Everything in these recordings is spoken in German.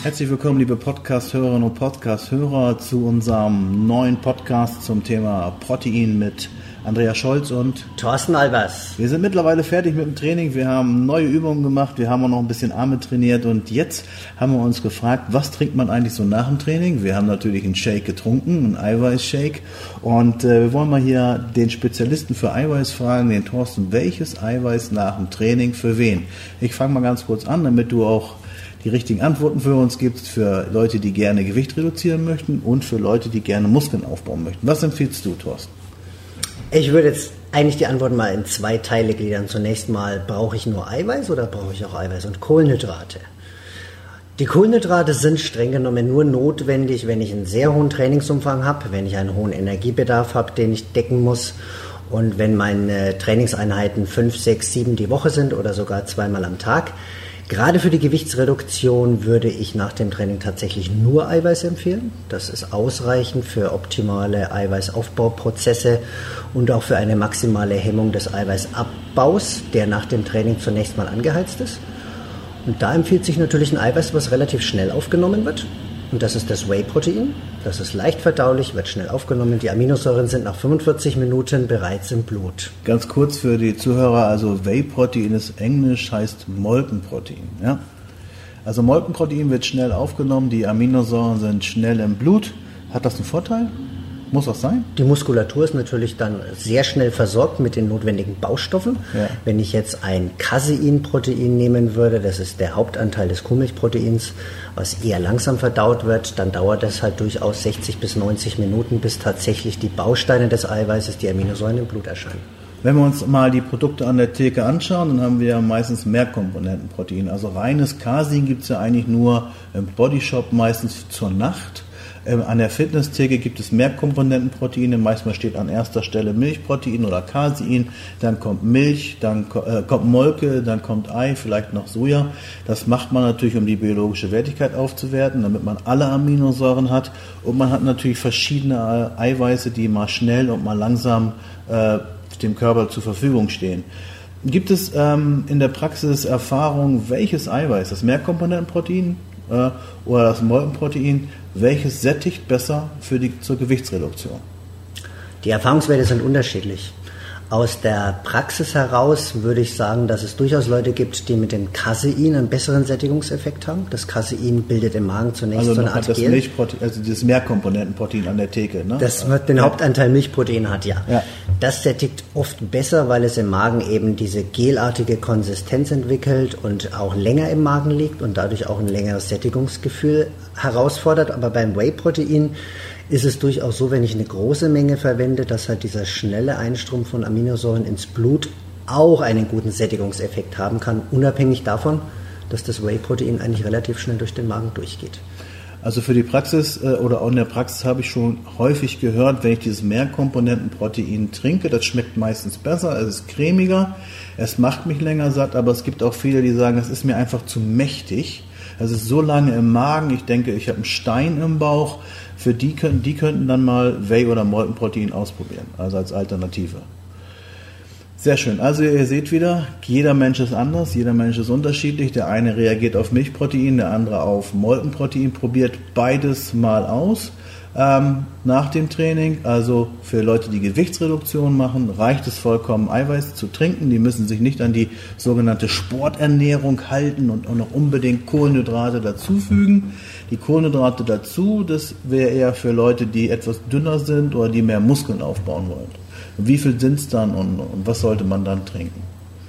Herzlich willkommen, liebe Podcast-Hörerinnen und Podcast-Hörer, zu unserem neuen Podcast zum Thema Protein mit Andreas Scholz und Thorsten Albers. Wir sind mittlerweile fertig mit dem Training, wir haben neue Übungen gemacht, wir haben auch noch ein bisschen Arme trainiert und jetzt haben wir uns gefragt, was trinkt man eigentlich so nach dem Training? Wir haben natürlich einen Shake getrunken, einen Eiweißshake, und wir wollen mal hier den Spezialisten für Eiweiß fragen, den Thorsten, welches Eiweiß nach dem Training für wen? Ich fange mal ganz kurz an, damit du auch die richtigen Antworten für uns gibst, für Leute, die gerne Gewicht reduzieren möchten und für Leute, die gerne Muskeln aufbauen möchten. Was empfiehlst du, Thorsten? Ich würde jetzt eigentlich die Antwort mal in zwei Teile gliedern. Zunächst mal, brauche ich nur Eiweiß oder brauche ich auch Eiweiß und Kohlenhydrate? Die Kohlenhydrate sind streng genommen nur notwendig, wenn ich einen sehr hohen Trainingsumfang habe, wenn ich einen hohen Energiebedarf habe, den ich decken muss, und wenn meine Trainingseinheiten 5, 6, 7 die Woche sind oder sogar zweimal am Tag. Gerade für die Gewichtsreduktion würde ich nach dem Training tatsächlich nur Eiweiß empfehlen. Das ist ausreichend für optimale Eiweißaufbauprozesse und auch für eine maximale Hemmung des Eiweißabbaus, der nach dem Training zunächst mal angeheizt ist. Und da empfiehlt sich natürlich ein Eiweiß, was relativ schnell aufgenommen wird. Und das ist das Whey-Protein. Das ist leicht verdaulich, wird schnell aufgenommen. Die Aminosäuren sind nach 45 Minuten bereits im Blut. Ganz kurz für die Zuhörer, also Whey-Protein ist Englisch, heißt Molkenprotein. Ja? Also Molkenprotein wird schnell aufgenommen, die Aminosäuren sind schnell im Blut. Hat das einen Vorteil? Muss das sein? Die Muskulatur ist natürlich dann sehr schnell versorgt mit den notwendigen Baustoffen. Ja. Wenn ich jetzt ein Caseinprotein nehmen würde, das ist der Hauptanteil des Kuhmilchproteins, was eher langsam verdaut wird, dann dauert es halt durchaus 60 bis 90 Minuten, bis tatsächlich die Bausteine des Eiweißes, die Aminosäuren im Blut erscheinen. Wenn wir uns mal die Produkte an der Theke anschauen, dann haben wir ja meistens Mehrkomponentenprotein. Also reines Casein gibt es ja eigentlich nur im Bodyshop, meistens zur Nacht. An der Fitnesstheke gibt es Mehrkomponentenproteine, meistens steht an erster Stelle Milchprotein oder Casein, dann kommt Milch, dann kommt Molke, dann kommt Ei, vielleicht noch Soja. Das macht man natürlich, um die biologische Wertigkeit aufzuwerten, damit man alle Aminosäuren hat, und man hat natürlich verschiedene Eiweiße, die mal schnell und mal langsam dem Körper zur Verfügung stehen. Gibt es in der Praxis Erfahrung, welches Eiweiß, das Mehrkomponentenprotein oder das Molkenprotein, welches sättigt besser zur Gewichtsreduktion? Die Erfahrungswerte sind unterschiedlich. Aus der Praxis heraus würde ich sagen, dass es durchaus Leute gibt, die mit dem Casein einen besseren Sättigungseffekt haben. Das Casein bildet im Magen zunächst so eine Art das Gel. Also dieses Mehrkomponentenprotein an der Theke, ne? Das wird den Hauptanteil Milchprotein hat, ja. Das sättigt oft besser, weil es im Magen eben diese gelartige Konsistenz entwickelt und auch länger im Magen liegt und dadurch auch ein längeres Sättigungsgefühl herausfordert. Aber beim Whey-Protein ist es durchaus so, wenn ich eine große Menge verwende, dass halt dieser schnelle Einstrom von Aminosäuren ins Blut auch einen guten Sättigungseffekt haben kann, unabhängig davon, dass das Whey-Protein eigentlich relativ schnell durch den Magen durchgeht. Also für die Praxis oder auch in der Praxis habe ich schon häufig gehört, wenn ich dieses Mehrkomponentenprotein trinke, das schmeckt meistens besser, es ist cremiger, es macht mich länger satt, aber es gibt auch viele, die sagen, es ist mir einfach zu mächtig. Es ist so lange im Magen, ich denke, ich habe einen Stein im Bauch. Für die könnten dann mal Whey- oder Molkenprotein ausprobieren, also als Alternative. Sehr schön. Also ihr seht wieder, jeder Mensch ist anders, jeder Mensch ist unterschiedlich. Der eine reagiert auf Milchprotein, der andere auf Molkenprotein. Probiert beides mal aus nach dem Training. Also für Leute, die Gewichtsreduktion machen, reicht es vollkommen, Eiweiß zu trinken. Die müssen sich nicht an die sogenannte Sporternährung halten und auch noch unbedingt Kohlenhydrate dazufügen. Die Kohlenhydrate dazu, das wäre eher für Leute, die etwas dünner sind oder die mehr Muskeln aufbauen wollen. Wie viel sind es dann und was sollte man dann trinken?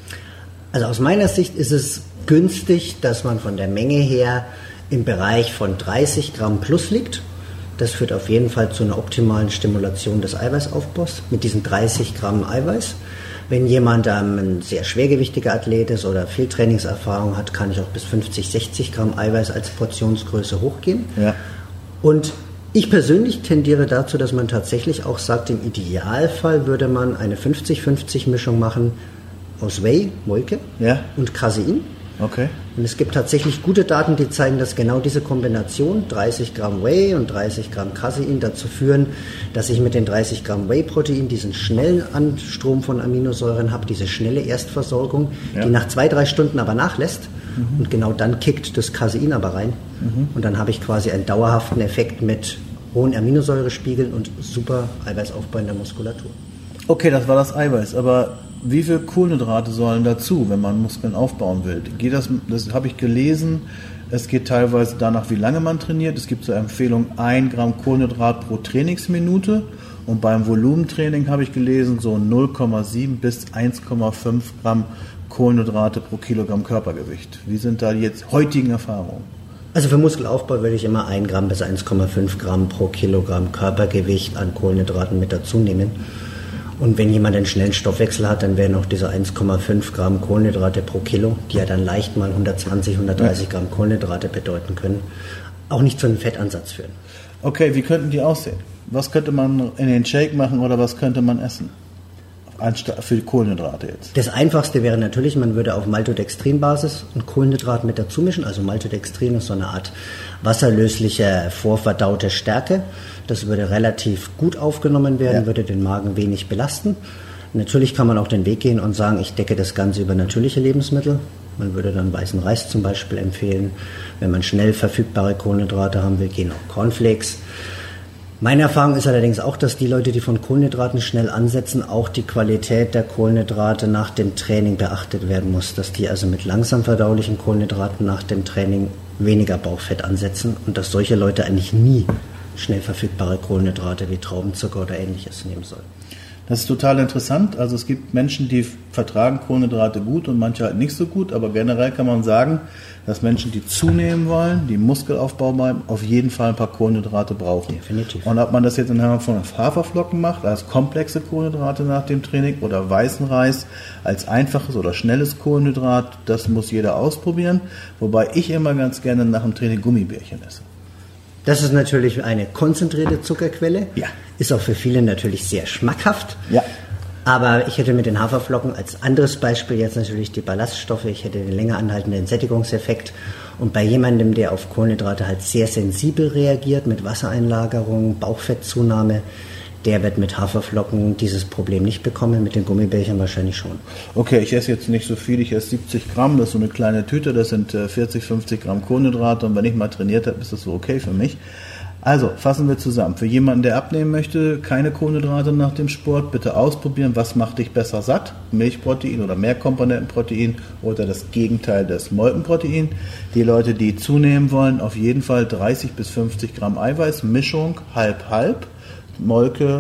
Also aus meiner Sicht ist es günstig, dass man von der Menge her im Bereich von 30 Gramm plus liegt. Das führt auf jeden Fall zu einer optimalen Stimulation des Eiweißaufbaus mit diesen 30 Gramm Eiweiß. Wenn jemand ein sehr schwergewichtiger Athlet ist oder viel Trainingserfahrung hat, kann ich auch bis 50, 60 Gramm Eiweiß als Portionsgröße hochgehen. Ja. Und ich persönlich tendiere dazu, dass man tatsächlich auch sagt, im Idealfall würde man eine 50-50 Mischung machen aus Whey, Molke und Casein. Okay. Und es gibt tatsächlich gute Daten, die zeigen, dass genau diese Kombination 30 Gramm Whey und 30 Gramm Casein dazu führen, dass ich mit den 30 Gramm Whey-Protein diesen schnellen Anstrom von Aminosäuren habe, diese schnelle Erstversorgung, die nach 2-3 Stunden aber nachlässt. und genau dann kickt das Casein aber rein und dann habe ich quasi einen dauerhaften Effekt mit hohen Aminosäurespiegeln und super Eiweißaufbau in der Muskulatur. Okay, das war das Eiweiß, aber wie viel Kohlenhydrate sollen dazu, wenn man Muskeln aufbauen will? Das habe ich gelesen, es geht teilweise danach, wie lange man trainiert. Es gibt zur Empfehlung 1 Gramm Kohlenhydrat pro Trainingsminute und beim Volumentraining habe ich gelesen, so 0,7 bis 1,5 Gramm Kohlenhydrate pro Kilogramm Körpergewicht. Wie sind da die jetzt heutigen Erfahrungen? Also für Muskelaufbau würde ich immer 1 Gramm bis 1,5 Gramm pro Kilogramm Körpergewicht an Kohlenhydraten mit dazu nehmen. Und wenn jemand einen schnellen Stoffwechsel hat, dann wären auch diese 1,5 Gramm Kohlenhydrate pro Kilo, die ja dann leicht mal 120, 130 Gramm Kohlenhydrate bedeuten können, auch nicht zu einem Fettansatz führen. Okay, wie könnten die aussehen? Was könnte man in den Shake machen oder was könnte man essen? Anstatt für die Kohlenhydrate jetzt. Das Einfachste wäre natürlich, man würde auf Maltodextrin-Basis ein Kohlenhydrat mit dazu mischen. Also Maltodextrin ist so eine Art wasserlösliche, vorverdaute Stärke. Das würde relativ gut aufgenommen werden, würde den Magen wenig belasten. Natürlich kann man auch den Weg gehen und sagen, ich decke das Ganze über natürliche Lebensmittel. Man würde dann weißen Reis zum Beispiel empfehlen. Wenn man schnell verfügbare Kohlenhydrate haben will, gehen auch Cornflakes. Meine Erfahrung ist allerdings auch, dass die Leute, die von Kohlenhydraten schnell ansetzen, auch die Qualität der Kohlenhydrate nach dem Training beachtet werden muss. Dass die also mit langsam verdaulichen Kohlenhydraten nach dem Training weniger Bauchfett ansetzen und dass solche Leute eigentlich nie schnell verfügbare Kohlenhydrate wie Traubenzucker oder Ähnliches nehmen sollen. Das ist total interessant. Also es gibt Menschen, die vertragen Kohlenhydrate gut und manche halt nicht so gut. Aber generell kann man sagen, dass Menschen, die zunehmen wollen, die Muskelaufbau bleiben, auf jeden Fall ein paar Kohlenhydrate brauchen. Definitiv. Und ob man das jetzt in Form von Haferflocken macht, als komplexe Kohlenhydrate nach dem Training oder weißen Reis als einfaches oder schnelles Kohlenhydrat, das muss jeder ausprobieren. Wobei ich immer ganz gerne nach dem Training Gummibärchen esse. Das ist natürlich eine konzentrierte Zuckerquelle. Ja. Ist auch für viele natürlich sehr schmackhaft. Ja. Aber ich hätte mit den Haferflocken als anderes Beispiel jetzt natürlich die Ballaststoffe. Ich hätte den länger anhaltenden Sättigungseffekt. Und bei jemandem, der auf Kohlenhydrate halt sehr sensibel reagiert, mit Wassereinlagerung, Bauchfettzunahme, der wird mit Haferflocken dieses Problem nicht bekommen, mit den Gummibärchen wahrscheinlich schon. Okay, ich esse jetzt nicht so viel, ich esse 70 Gramm, das ist so eine kleine Tüte, das sind 40, 50 Gramm Kohlenhydrate und wenn ich mal trainiert habe, ist das so okay für mich. Also, fassen wir zusammen. Für jemanden, der abnehmen möchte, keine Kohlenhydrate nach dem Sport, bitte ausprobieren, was macht dich besser satt? Milchprotein oder Mehrkomponentenprotein oder das Gegenteil des Molkenprotein. Die Leute, die zunehmen wollen, auf jeden Fall 30 bis 50 Gramm Eiweiß, Mischung, halb-halb. Molke,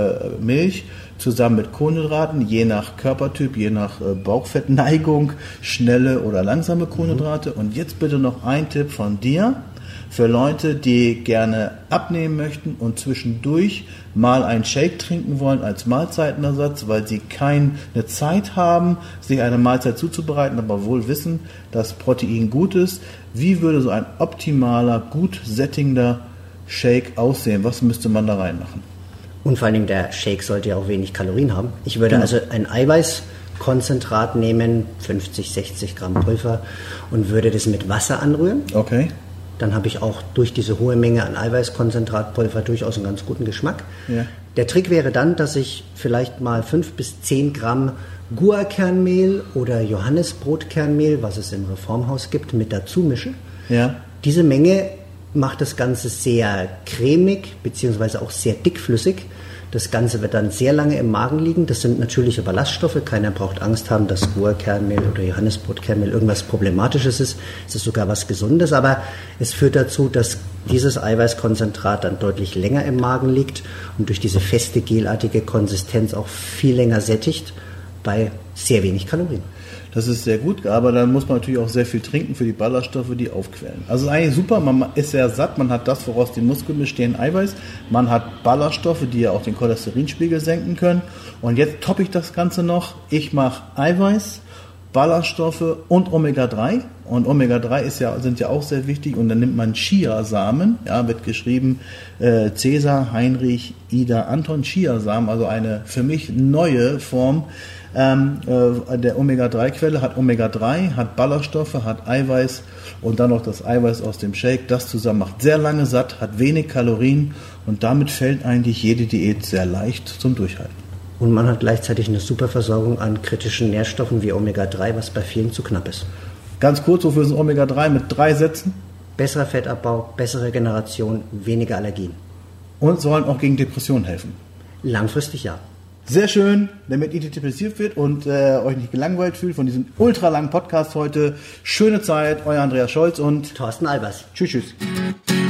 Milch, zusammen mit Kohlenhydraten, je nach Körpertyp, je nach Bauchfettneigung, schnelle oder langsame Kohlenhydrate. Und jetzt bitte noch ein Tipp von dir für Leute, die gerne abnehmen möchten und zwischendurch mal einen Shake trinken wollen als Mahlzeitenersatz, weil sie keine Zeit haben, sich eine Mahlzeit zuzubereiten, aber wohl wissen, dass Protein gut ist. Wie würde so ein optimaler, gut sättigender Shake aussehen? Was müsste man da reinmachen? Und vor allen Dingen der Shake sollte ja auch wenig Kalorien haben. Ich würde also ein Eiweißkonzentrat nehmen, 50, 60 Gramm Pulver und würde das mit Wasser anrühren. Okay. Dann habe ich auch durch diese hohe Menge an Eiweißkonzentratpulver durchaus einen ganz guten Geschmack. Ja. Der Trick wäre dann, dass ich vielleicht mal 5 bis 10 Gramm Guarkernmehl oder Johannisbrotkernmehl, was es im Reformhaus gibt, mit dazu mische. Ja. Diese Menge macht das Ganze sehr cremig bzw. auch sehr dickflüssig. Das Ganze wird dann sehr lange im Magen liegen. Das sind natürliche Ballaststoffe. Keiner braucht Angst haben, dass Guarkernmehl oder Johannisbrotkernmehl irgendwas Problematisches ist. Es ist sogar was Gesundes, aber es führt dazu, dass dieses Eiweißkonzentrat dann deutlich länger im Magen liegt und durch diese feste gelartige Konsistenz auch viel länger sättigt bei sehr wenig Kalorien. Das ist sehr gut, aber dann muss man natürlich auch sehr viel trinken für die Ballaststoffe, die aufquellen. Also eigentlich super, man ist sehr satt, man hat das, woraus die Muskeln bestehen, Eiweiß, man hat Ballaststoffe, die ja auch den Cholesterinspiegel senken können. Und jetzt toppe ich das Ganze noch, ich mache Eiweiß, Ballaststoffe und Omega-3. Und Omega-3 sind ja auch sehr wichtig. Und dann nimmt man Chiasamen, ja, wird geschrieben Cäsar, Heinrich, Ida, Anton, Chiasamen, also eine für mich neue Form der Omega-3-Quelle, hat Omega-3, hat Ballaststoffe, hat Eiweiß und dann noch das Eiweiß aus dem Shake. Das zusammen macht sehr lange satt, hat wenig Kalorien und damit fällt eigentlich jede Diät sehr leicht zum Durchhalten. Und man hat gleichzeitig eine super Versorgung an kritischen Nährstoffen wie Omega-3, was bei vielen zu knapp ist. Ganz kurz, wofür ist Omega-3 mit 3 Sätzen? Besserer Fettabbau, bessere Regeneration, weniger Allergien. Und sollen auch gegen Depressionen helfen. Langfristig ja. Sehr schön, damit ihr interessiert wird und euch nicht gelangweilt fühlt von diesem ultralangen Podcast heute. Schöne Zeit, euer Andreas Scholz und Thorsten Albers. Tschüss.